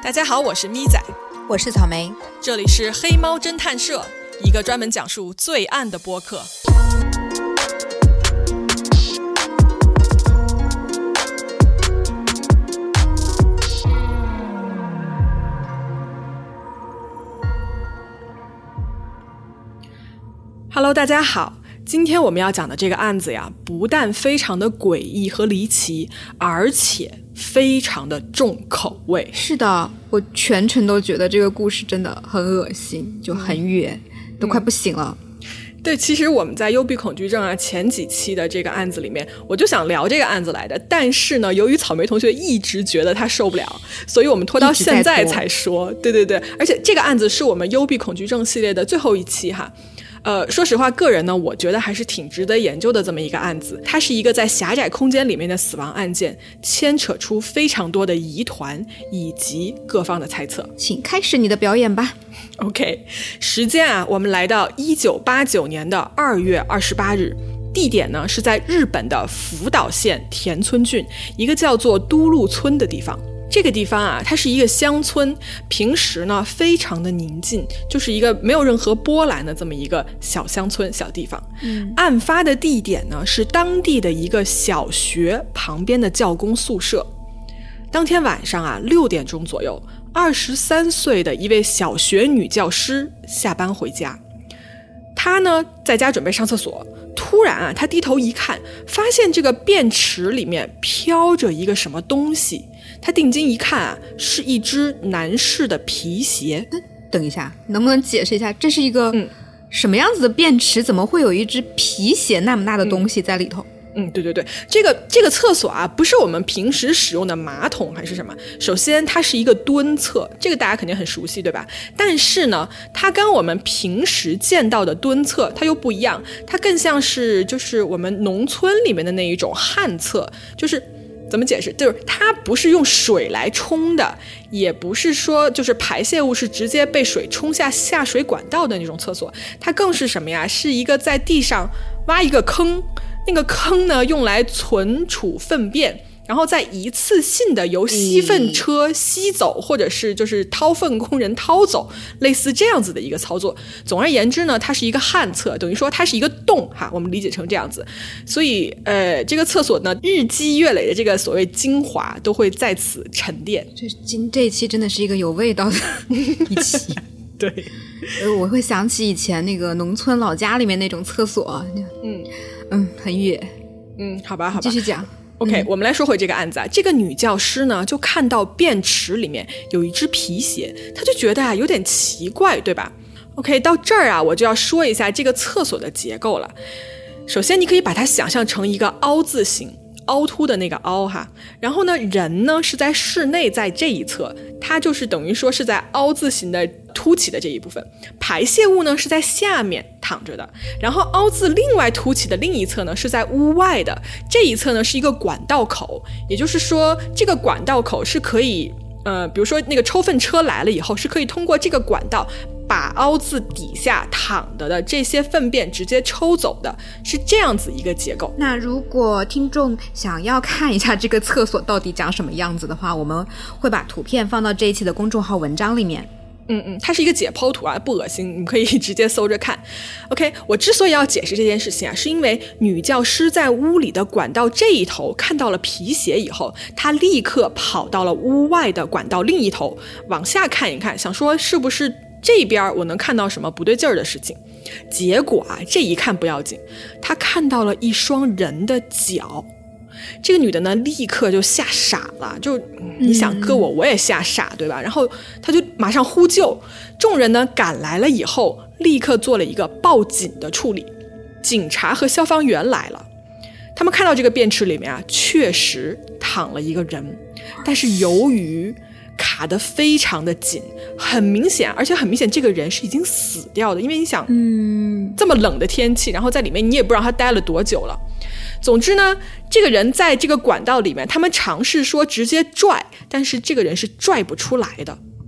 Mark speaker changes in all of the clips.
Speaker 1: 大家好，我是咪仔，
Speaker 2: 我是草莓，
Speaker 1: 这里是黑猫侦探社，一个专门讲述罪案的播客。Hello， 大家好。今天我们要讲的这个案子呀，不但非常的诡异和离奇，而且非常的重口味。
Speaker 2: 是的，我全程都觉得这个故事真的很恶心，就很远，都快不行了。
Speaker 1: 对，其实我们在幽闭恐惧症啊前几期的这个案子里面，我就想聊这个案子来的，但是呢，由于草莓同学一直觉得他受不了，所以我们拖到现在才说。对，而且这个案子是我们幽闭恐惧症系列的最后一期哈。说实话，个人呢，我觉得还是挺值得研究的这么一个案子。它是一个在狭窄空间里面的死亡案件，牵扯出非常多的疑团以及各方的猜测。
Speaker 2: 请开始你的表演吧。
Speaker 1: OK， 时间啊，我们来到1989年的2月28日，地点呢是在日本的福岛县田村郡一个叫做都路村的地方。这个地方啊，它是一个乡村，平时呢非常的宁静，就是一个没有任何波澜的这么一个小乡村小地方。案发的地点呢是当地的一个小学旁边的教工宿舍。当天晚上啊6点钟左右，23岁的一位小学女教师下班回家，她呢在家准备上厕所，突然啊她低头一看，发现这个便池里面飘着一个什么东西。他定睛一看啊，是一只男士的皮鞋。
Speaker 2: 等一下，能不能解释一下，这是一个什么样子的便池？怎么会有一只皮鞋那么大的东西在里头？
Speaker 1: 对，这个厕所啊，不是我们平时使用的马桶还是什么。首先，它是一个蹲厕，这个大家肯定很熟悉，对吧？但是呢，它跟我们平时见到的蹲厕它又不一样，它更像是就是我们农村里面的那一种旱厕，就是怎么解释？就是它不是用水来冲的，也不是说就是排泄物是直接被水冲下水管道的那种厕所，它更是什么呀？是一个在地上挖一个坑，那个坑呢用来存储粪便，然后再一次性的由吸粪车吸走，或者是就是掏粪工人掏走，类似这样子的一个操作。总而言之呢，它是一个旱厕，等于说它是一个洞哈，我们理解成这样子。所以这个厕所呢，日积月累的这个所谓精华都会在此沉淀。
Speaker 2: 这一期真的是一个有味道的一期。
Speaker 1: 对，
Speaker 2: 我会想起以前那个农村老家里面那种厕所，很远。
Speaker 1: 好吧，
Speaker 2: 继续讲。
Speaker 1: OK，我们来说回这个案子啊。这个女教师呢，就看到便池里面有一只皮鞋，她就觉得啊有点奇怪，对吧 ？OK， 到这儿啊，我就要说一下这个厕所的结构了。首先，你可以把它想象成一个凹字形，凹凸的那个凹哈。然后呢，人呢是在室内，在这一侧，它就是等于说是在凹字形的凸起的这一部分。排泄物呢是在下面躺着的，然后凹字另外凸起的另一侧呢是在屋外的，这一侧呢是一个管道口，也就是说这个管道口是可以比如说那个抽粪车来了以后，是可以通过这个管道把凹字底下躺的这些粪便直接抽走的，是这样子一个结构。
Speaker 2: 那如果听众想要看一下这个厕所到底长什么样子的话，我们会把图片放到这一期的公众号文章里面。
Speaker 1: 它是一个解剖图啊，不恶心，你们可以直接搜着看。OK， 我之所以要解释这件事情啊，是因为女教师在屋里的管道这一头看到了皮鞋以后，她立刻跑到了屋外的管道另一头，往下看一看，想说是不是这边我能看到什么不对劲儿的事情。结果啊，这一看不要紧，她看到了一双人的脚。这个女的呢立刻就吓傻了，就你想搁我也吓傻，对吧？然后她就马上呼救，众人呢赶来了以后，立刻做了一个报警的处理。警察和消防员来了，他们看到这个便池里面啊确实躺了一个人，但是由于卡得非常的紧，很明显，而且很明显这个人是已经死掉的，因为你想这么冷的天气，然后在里面你也不知道他待了多久了。总之呢，这个人在这个管道里面，他们尝试说直接拽，但是这个人是拽不出来的。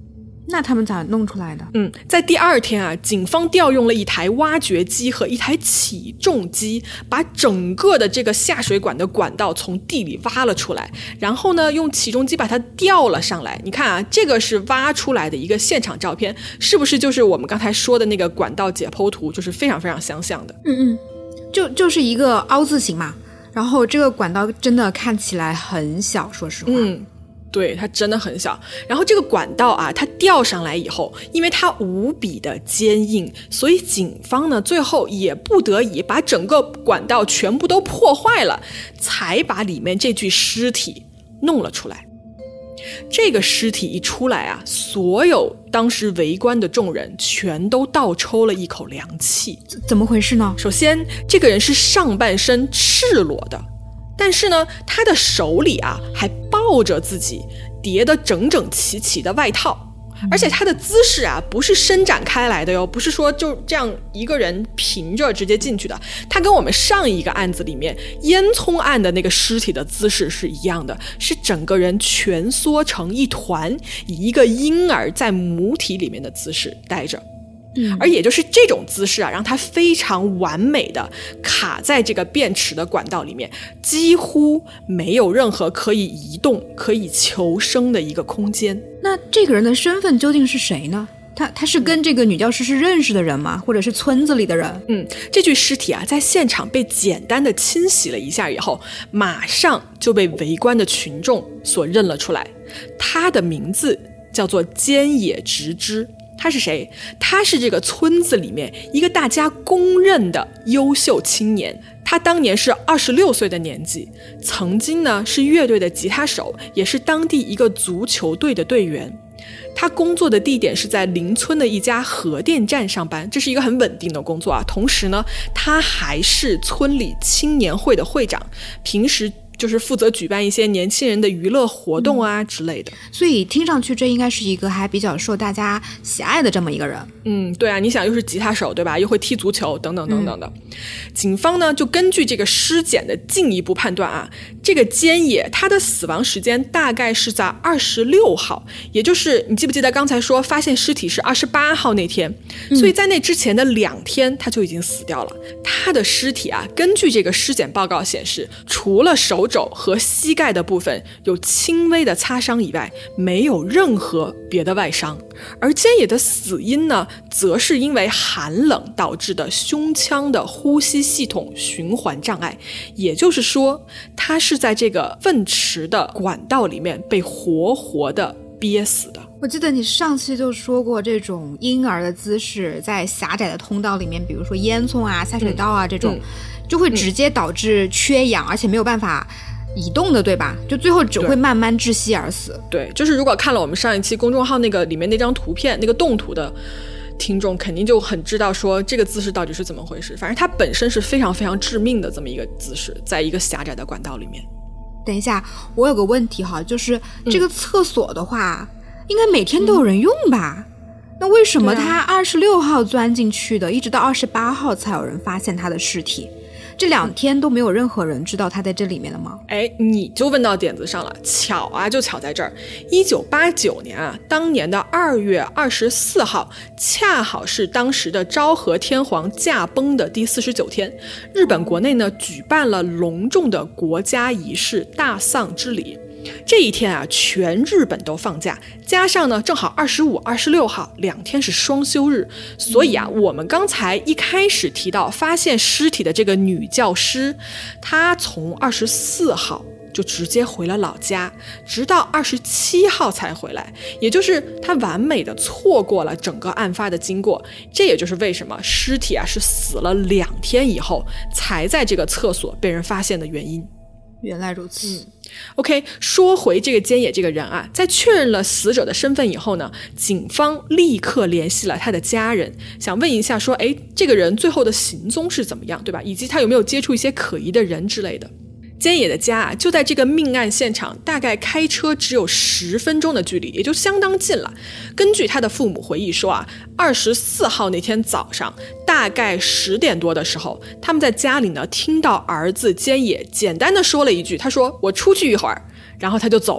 Speaker 2: 那他们咋弄出来的？
Speaker 1: 在第二天啊，警方调用了一台挖掘机和一台起重机，把整个的这个下水管的管道从地里挖了出来，然后呢，用起重机把它吊了上来。你看啊，这个是挖出来的一个现场照片，是不是就是我们刚才说的那个管道解剖图，就是非常非常相像的？
Speaker 2: 就是一个凹字形嘛，然后这个管道真的看起来很小，说实话。
Speaker 1: 对，它真的很小。然后这个管道啊，它吊上来以后，因为它无比的坚硬，所以警方呢最后也不得已把整个管道全部都破坏了，才把里面这具尸体弄了出来。这个尸体一出来啊，所有当时围观的众人全都倒抽了一口凉气。
Speaker 2: 怎么回事呢？
Speaker 1: 首先，这个人是上半身赤裸的，但是呢，他的手里啊还抱着自己叠得整整齐齐的外套，而且他的姿势啊不是伸展开来的哟，不是说就这样一个人平着直接进去的，他跟我们上一个案子里面烟囱案的那个尸体的姿势是一样的，是整个人蜷缩成一团，以一个婴儿在母体里面的姿势待着。而也就是这种姿势啊，让它非常完美的卡在这个便池的管道里面，几乎没有任何可以移动、可以求生的一个空间。
Speaker 2: 那这个人的身份究竟是谁呢？他是跟这个女教师是认识的人吗？或者是村子里的人？
Speaker 1: 这具尸体啊，在现场被简单的清洗了一下以后，马上就被围观的群众所认了出来。他的名字叫做菅野直之。他是谁？他是这个村子里面一个大家公认的优秀青年。他当年是26岁的年纪，曾经呢是乐队的吉他手，也是当地一个足球队的队员。他工作的地点是在邻村的一家核电站上班，这是一个很稳定的工作啊。同时呢，他还是村里青年会的会长，平时就是负责举办一些年轻人的娱乐活动啊之类的。
Speaker 2: 所以听上去这应该是一个还比较受大家喜爱的这么一个人。
Speaker 1: 对啊，你想又是吉他手对吧，又会踢足球等等等等的。警方呢就根据这个尸检的进一步判断啊，这个菅野他的死亡时间大概是在26号，也就是你记不记得刚才说发现尸体是28号那天，所以在那之前的2天他就已经死掉了。他的尸体啊，根据这个尸检报告显示，除了手肘和膝盖的部分有轻微的擦伤以外，没有任何别的外伤。而菅野的死因呢，则是因为寒冷导致的胸腔的呼吸系统循环障碍，也就是说，他是在这个粪池的管道里面被活活的憋死的。
Speaker 2: 我记得你上期就说过，这种婴儿的姿势在狭窄的通道里面，比如说烟囱啊、下水道啊这种，就会直接导致缺氧，而且没有办法移动的，对吧？就最后只会慢慢窒息而死。
Speaker 1: 对，就是如果看了我们上一期公众号那个里面那张图片，那个动图的听众肯定就很知道说这个姿势到底是怎么回事。反正它本身是非常非常致命的这么一个姿势，在一个狭窄的管道里面。
Speaker 2: 等一下，我有个问题哈，就是这个厕所的话，应该每天都有人用吧？那为什么他26号钻进去的，一直到28号才有人发现他的尸体？这2天都没有任何人知道他在这里面了吗？
Speaker 1: 你就问到点子上了，巧啊，就巧在这儿。1989年啊，当年的2月24号，恰好是当时的昭和天皇驾崩的第49天。日本国内呢，举办了隆重的国家仪式大丧之礼。这一天啊，全日本都放假，加上呢正好25、26号2天是双休日，所以啊，我们刚才一开始提到发现尸体的这个女教师，她从24号就直接回了老家，直到27号才回来，也就是她完美的错过了整个案发的经过。这也就是为什么尸体啊是死了2天以后才在这个厕所被人发现的原因。
Speaker 2: 原来如此。
Speaker 1: OK， 说回这个菅野这个人啊，在确认了死者的身份以后呢，警方立刻联系了他的家人，想问一下说，这个人最后的行踪是怎么样，对吧？以及他有没有接触一些可疑的人之类的。菅野的家啊，就在这个命案现场，大概开车只有10分钟的距离，也就相当近了。根据他的父母回忆说啊，24号那天早上大概10点多的时候，他们在家里呢听到儿子菅野简单的说了一句，他说我出去一会儿，然后他就走了。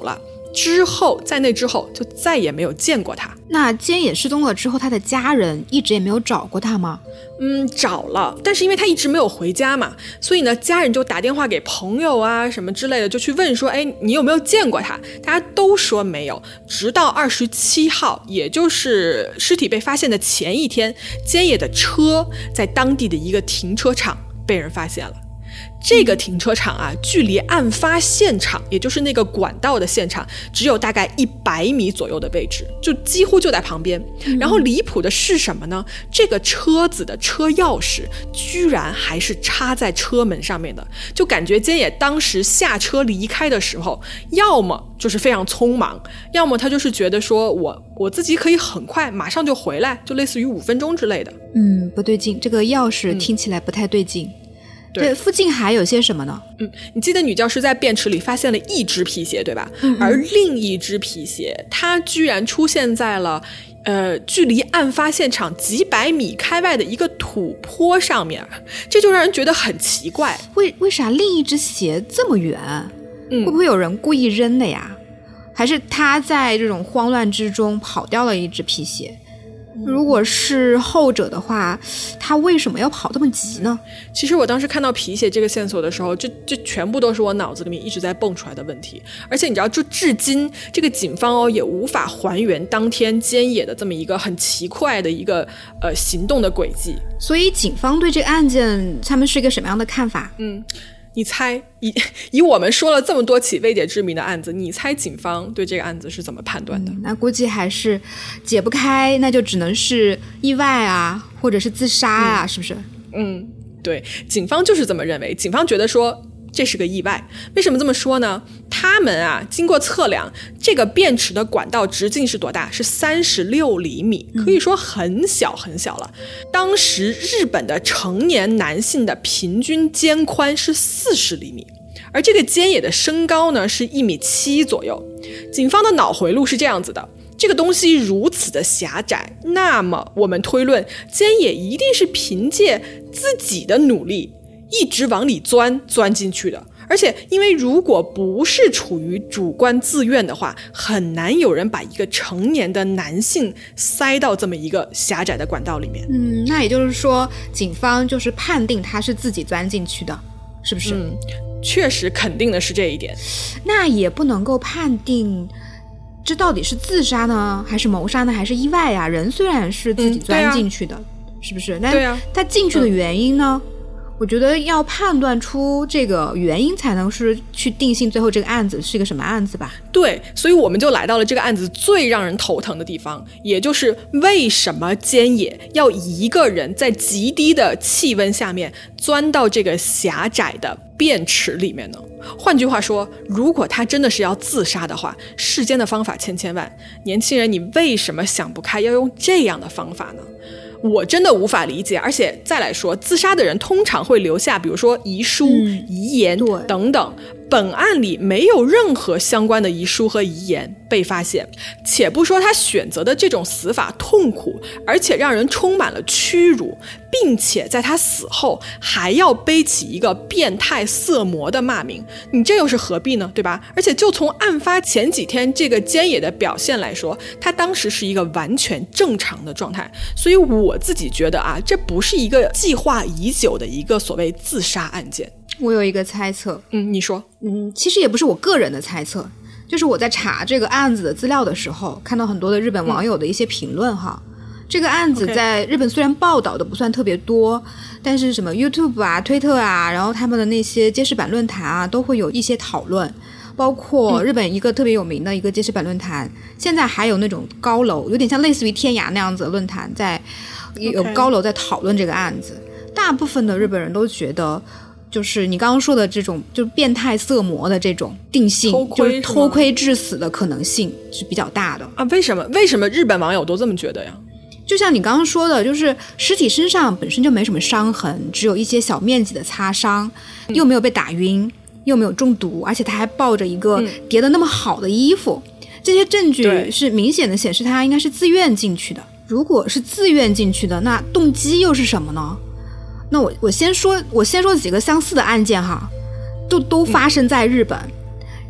Speaker 1: 之后，在那之后就再也没有见过他。
Speaker 2: 那菅野失踪了之后，他的家人一直也没有找过他吗？
Speaker 1: 找了，但是因为他一直没有回家嘛，所以呢，家人就打电话给朋友啊什么之类的，就去问说，哎，你有没有见过他？大家都说没有。直到27号，也就是尸体被发现的前一天，菅野的车在当地的一个停车场被人发现了。这个停车场啊，距离案发现场，也就是那个管道的现场，只有大概100米左右的位置，就几乎就在旁边。然后离谱的是什么呢？这个车子的车钥匙居然还是插在车门上面的，就感觉菅野当时下车离开的时候，要么就是非常匆忙，要么他就是觉得说我自己可以很快马上就回来，就类似于5分钟之类的。
Speaker 2: 不对劲，这个钥匙听起来不太对劲。
Speaker 1: 对，
Speaker 2: 附近还有些什么呢？
Speaker 1: 你记得女教师在便池里发现了一只皮鞋，对吧？而另一只皮鞋，它居然出现在了距离案发现场几百米开外的一个土坡上面，这就让人觉得很奇怪。
Speaker 2: 为啥另一只鞋这么远？会不会有人故意扔的呀？还是他在这种慌乱之中跑掉了一只皮鞋？如果是后者的话，他为什么要跑这么急呢？
Speaker 1: 其实我当时看到皮鞋这个线索的时候，这全部都是我脑子里面一直在蹦出来的问题。而且你知道，就至今这个警方也无法还原当天菅野的这么一个很奇怪的一个行动的轨迹。
Speaker 2: 所以警方对这个案件他们是一个什么样的看法？
Speaker 1: 你猜，以我们说了这么多起未解之谜的案子，你猜警方对这个案子是怎么判断的？
Speaker 2: 那估计还是解不开，那就只能是意外啊，或者是自杀啊，是不是？
Speaker 1: 对，警方就是这么认为。警方觉得说这是个意外。为什么这么说呢？他们啊，经过测量，这个便池的管道直径是多大？是36厘米，可以说很小很小了。当时日本的成年男性的平均肩宽是40厘米，而这个菅野的身高呢是1.7米左右。警方的脑回路是这样子的：这个东西如此的狭窄，那么我们推论，菅野一定是凭借自己的努力一直往里钻进去的。而且因为如果不是处于主观自愿的话，很难有人把一个成年的男性塞到这么一个狭窄的管道里面。
Speaker 2: 那也就是说警方就是判定他是自己钻进去的，是不是？
Speaker 1: 确实肯定的是这一点。
Speaker 2: 那也不能够判定这到底是自杀呢还是谋杀呢还是意外啊？人虽然是自己钻进去的，是不是？那他进去的原因呢？我觉得要判断出这个原因才能是去定性最后这个案子是一个什么案子吧。
Speaker 1: 对，所以我们就来到了这个案子最让人头疼的地方，也就是为什么菅野要一个人在极低的气温下面钻到这个狭窄的便池里面呢？换句话说，如果他真的是要自杀的话，世间的方法千千万，年轻人你为什么想不开要用这样的方法呢？我真的无法理解。而且再来说，自杀的人通常会留下比如说遗书、遗言等等，本案里没有任何相关的遗书和遗言被发现。且不说他选择的这种死法痛苦，而且让人充满了屈辱，并且在他死后还要背起一个变态色魔的骂名，你这又是何必呢？对吧？而且就从案发前几天这个菅野的表现来说，他当时是一个完全正常的状态。所以我自己觉得啊，这不是一个计划已久的一个所谓自杀案件。
Speaker 2: 我有一个猜测。
Speaker 1: 你说。
Speaker 2: 其实也不是我个人的猜测，就是我在查这个案子的资料的时候，看到很多的日本网友的一些评论哈。这个案子在日本虽然报道的不算特别多，但是什么 YouTube 啊、推特啊，然后他们的那些街市版论坛啊，都会有一些讨论。包括日本一个特别有名的一个街市版论坛，现在还有那种高楼，有点像类似于天涯那样子的论坛，在有高楼在讨论这个案子。大部分的日本人都觉得，就是你刚刚说的这种就是变态色魔的这种定性，就是偷窥致死的可能性是比较大的
Speaker 1: 啊。为什么日本网友都这么觉得呀？
Speaker 2: 就像你刚刚说的，就是尸体身上本身就没什么伤痕，只有一些小面积的擦伤，又没有被打晕，又没有中毒，而且他还抱着一个叠得那么好的衣服，这些证据是明显的显示他应该是自愿进去的。如果是自愿进去的，那动机又是什么呢？那我先说几个相似的案件哈，都发生在日本。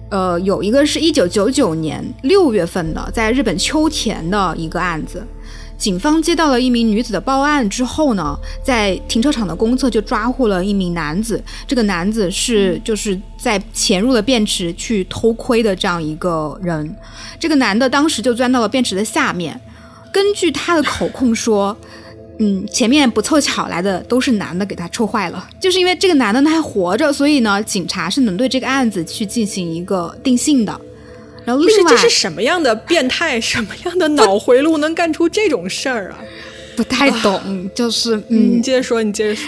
Speaker 2: 有一个是1999年6月份的，在日本秋田的一个案子。警方接到了一名女子的报案之后呢，在停车场的公厕就抓获了一名男子。这个男子就是在潜入了便池去偷窥的这样一个人。这个男的当时就钻到了便池的下面，根据他的口供说，前面不凑巧来的都是男的给他臭坏了。就是因为这个男的他还活着，所以呢，警察是能对这个案子去进行一个定性的。然后另外，
Speaker 1: 这是什么样的变态，什么样的脑回路能干出这种事儿啊？
Speaker 2: 不太懂，就是
Speaker 1: 你接着说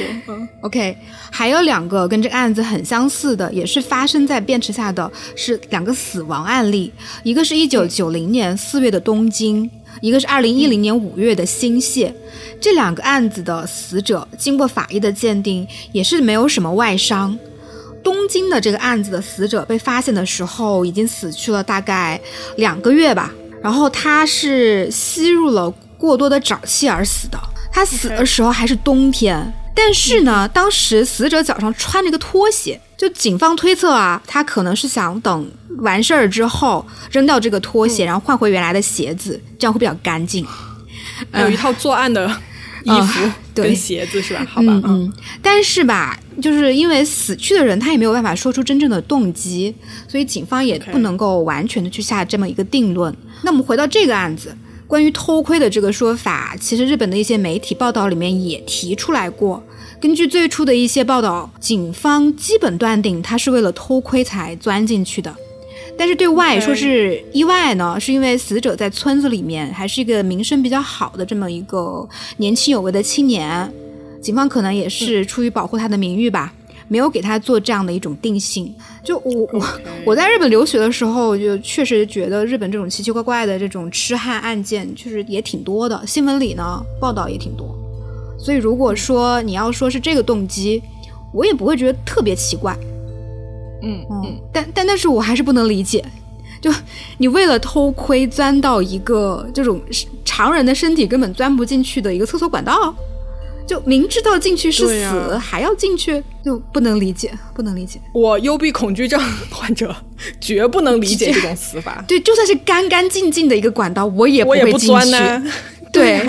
Speaker 2: OK， 还有2个跟这个案子很相似的，也是发生在便池下的，是2个死亡案例。一个是1990年4月的东京，一个是2010年5月的新泻。这2个案子的死者经过法医的鉴定，也是没有什么外伤。东京的这个案子的死者被发现的时候已经死去了大概2个月吧，然后他是吸入了过多的沼气而死的。他死的时候还是冬天，但是呢，当时死者脚上穿着一个拖鞋，就警方推测啊，他可能是想等完事儿之后扔掉这个拖鞋，然后换回原来的鞋子，这样会比较干净。
Speaker 1: 有一套作案的衣服跟鞋子是吧？好吧，
Speaker 2: 但是吧，就是因为死去的人他也没有办法说出真正的动机，所以警方也不能够完全的去下这么一个定论。那我们回到这个案子，关于偷窥的这个说法，其实日本的一些媒体报道里面也提出来过。根据最初的一些报道，警方基本断定他是为了偷窥才钻进去的。但是对外说是意外呢，是因为死者在村子里面还是一个名声比较好的这么一个年轻有为的青年，警方可能也是出于保护他的名誉吧，没有给他做这样的一种定性。就我在日本留学的时候，就确实觉得日本这种奇奇怪怪的这种痴汉案件确实也挺多的，新闻里呢报道也挺多。所以如果说你要说是这个动机，我也不会觉得特别奇怪。但是我还是不能理解，就你为了偷窥钻到一个这种常人的身体根本钻不进去的一个厕所管道，就明知道进去是死，还要进去，就不能理解。
Speaker 1: 我幽闭恐惧症患者绝不能理解这种死法。
Speaker 2: 对，就算是干干净净的一个管道，我也不会进去。
Speaker 1: 我也不钻呢。
Speaker 2: 对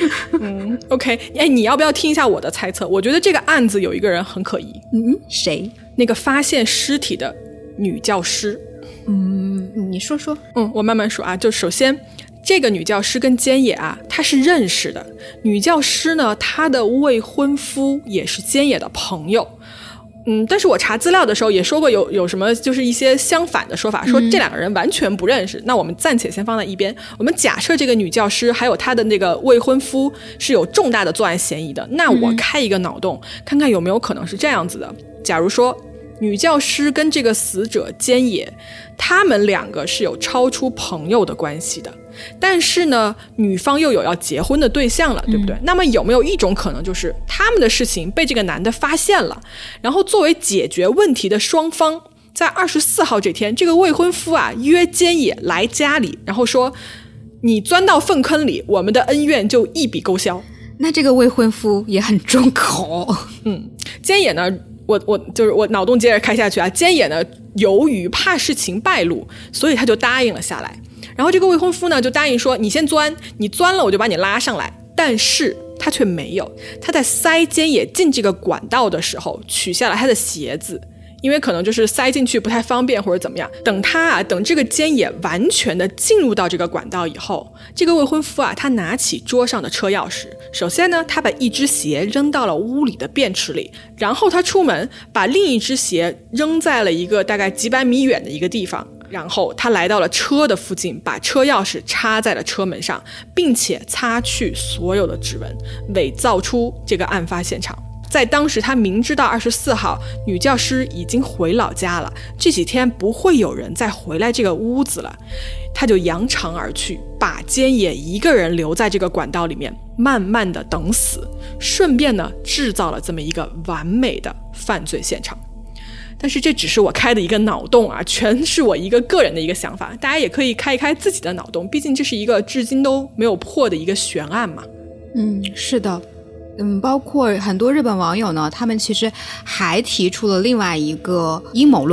Speaker 1: OK， 你要不要听一下我的猜测？我觉得这个案子有一个人很可疑。
Speaker 2: 谁？
Speaker 1: 那个发现尸体的女教师。
Speaker 2: 你说说。
Speaker 1: 我慢慢说啊。就首先，这个女教师跟菅野啊，她是认识的。女教师呢，她的未婚夫也是菅野的朋友。但是我查资料的时候也说过有什么就是一些相反的说法，说这2个人完全不认识。那我们暂且先放在一边，我们假设这个女教师还有她的那个未婚夫是有重大的作案嫌疑的。那我开一个脑洞，看看有没有可能是这样子的。假如说女教师跟这个死者菅野，他们2个是有超出朋友的关系的，但是呢，女方又有要结婚的对象了，对不对？那么有没有一种可能，就是他们的事情被这个男的发现了，然后作为解决问题的双方，在24号这天，这个未婚夫啊约菅野来家里，然后说你钻到粪坑里，我们的恩怨就一笔勾销。
Speaker 2: 那这个未婚夫也很重口。
Speaker 1: 菅野呢，我脑洞接着开下去啊。菅野呢，由于怕事情败露，所以他就答应了下来。然后这个未婚夫呢，就答应说你先钻，你钻了我就把你拉上来。但是他却没有，他在塞菅野进这个管道的时候取下了他的鞋子，因为可能就是塞进去不太方便或者怎么样。等这个菅野完全的进入到这个管道以后，这个未婚夫啊，他拿起桌上的车钥匙，首先呢，他把一只鞋扔到了屋里的便池里，然后他出门把另一只鞋扔在了一个大概几百米远的一个地方，然后他来到了车的附近，把车钥匙插在了车门上，并且擦去所有的指纹，伪造出这个案发现场。在当时他明知道24号女教师已经回老家了，这几天不会有人再回来这个屋子了，他就扬长而去，把菅野一个人留在这个管道里面慢慢的等死，顺便呢制造了这么一个完美的犯罪现场。但是这只是我开的一个脑洞啊，全是我一个个人的一个想法，大家也可以开一开自己的脑洞，毕竟这是一个至今都没有破的一个悬案嘛。
Speaker 2: 是的。包括很多日本网友呢，他们其实还提出了另外一个阴谋论，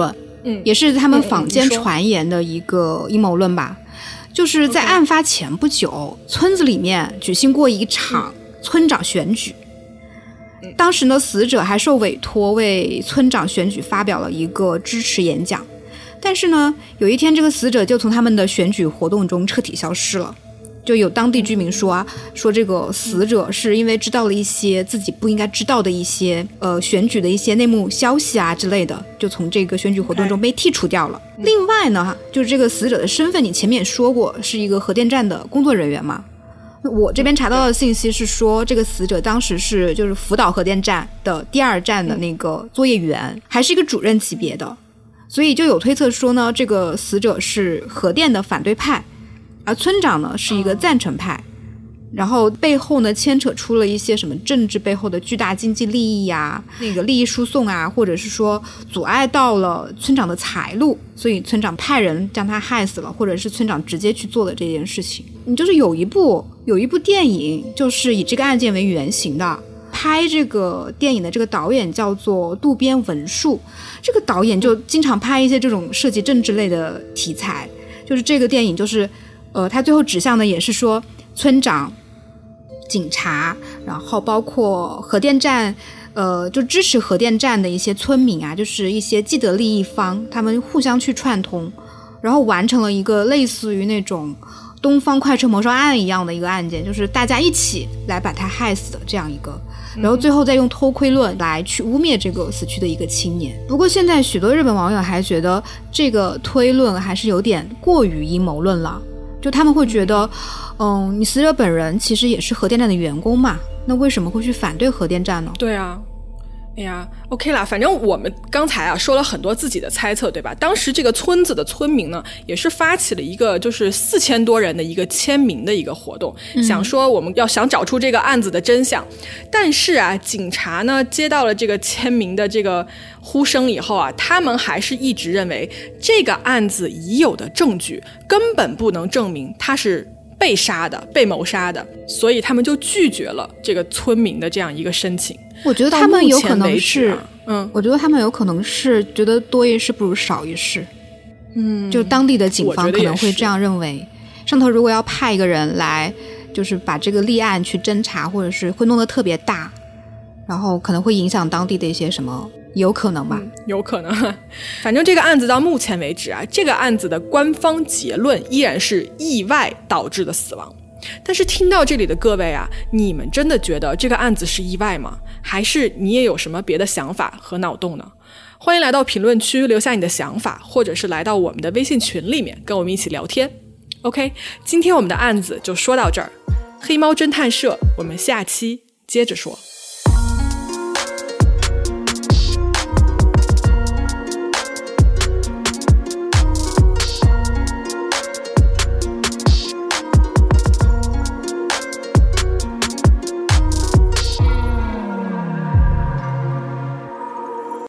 Speaker 2: 也是他们坊间传言的一个阴谋论吧。就是在案发前不久，村子里面举行过一场村长选举。当时呢，死者还受委托为村长选举发表了一个支持演讲。但是呢，有一天这个死者就从他们的选举活动中彻底消失了。就有当地居民说说这个死者是因为知道了一些自己不应该知道的一些选举的一些内幕消息啊之类的，就从这个选举活动中被剔除掉了。另外呢，就是这个死者的身份，你前面也说过是一个核电站的工作人员嘛。我这边查到的信息是说，这个死者当时是就是福岛核电站的第2站的那个作业员，还是一个主任级别的，所以就有推测说呢，这个死者是核电的反对派。而村长呢是一个赞成派，然后背后呢牵扯出了一些什么政治背后的巨大经济利益啊，那个利益输送啊，或者是说阻碍到了村长的财路，所以村长派人将他害死了，或者是村长直接去做的这件事情。你就是有一部电影就是以这个案件为原型的，拍这个电影的这个导演叫做渡边文树，这个导演就经常拍一些这种涉及政治类的题材，就是这个电影就是他最后指向的也是说村长、警察，然后包括核电站，就支持核电站的一些村民啊，就是一些既得利益方，他们互相去串通，然后完成了一个类似于那种东方快车谋杀案一样的一个案件，就是大家一起来把他害死的这样一个，然后最后再用偷窥论来去污蔑这个死去的一个青年。不过现在许多日本网友还觉得这个推论还是有点过于阴谋论了，就他们会觉得你死者本人其实也是核电站的员工嘛，那为什么会去反对核电站呢？
Speaker 1: 对啊，哎呀 OK 啦，反正我们刚才说了很多自己的猜测，对吧？当时这个村子的村民呢也是发起了一个就是4000多人的一个签名的一个活动，想说我们想找出这个案子的真相。但是啊，警察呢接到了这个签名的这个呼声以后啊，他们还是一直认为这个案子已有的证据根本不能证明他是被杀的、被谋杀的，所以他们就拒绝了这个村民的这样一个申请。
Speaker 2: 我觉得他们有可能是，我觉得他们有可能是觉得多一事不如少一事。就当地的警方可能会这样认为，上头如果要派一个人来，就是把这个立案去侦查，或者是会弄得特别大，然后可能会影响当地的一些什么。有可能吧，
Speaker 1: 有可能。反正这个案子到目前为止啊，这个案子的官方结论依然是意外导致的死亡。但是听到这里的各位啊，你们真的觉得这个案子是意外吗？还是你也有什么别的想法和脑洞呢？欢迎来到评论区留下你的想法，或者是来到我们的微信群里面跟我们一起聊天。OK， 今天我们的案子就说到这儿，黑猫侦探社，我们下期接着说。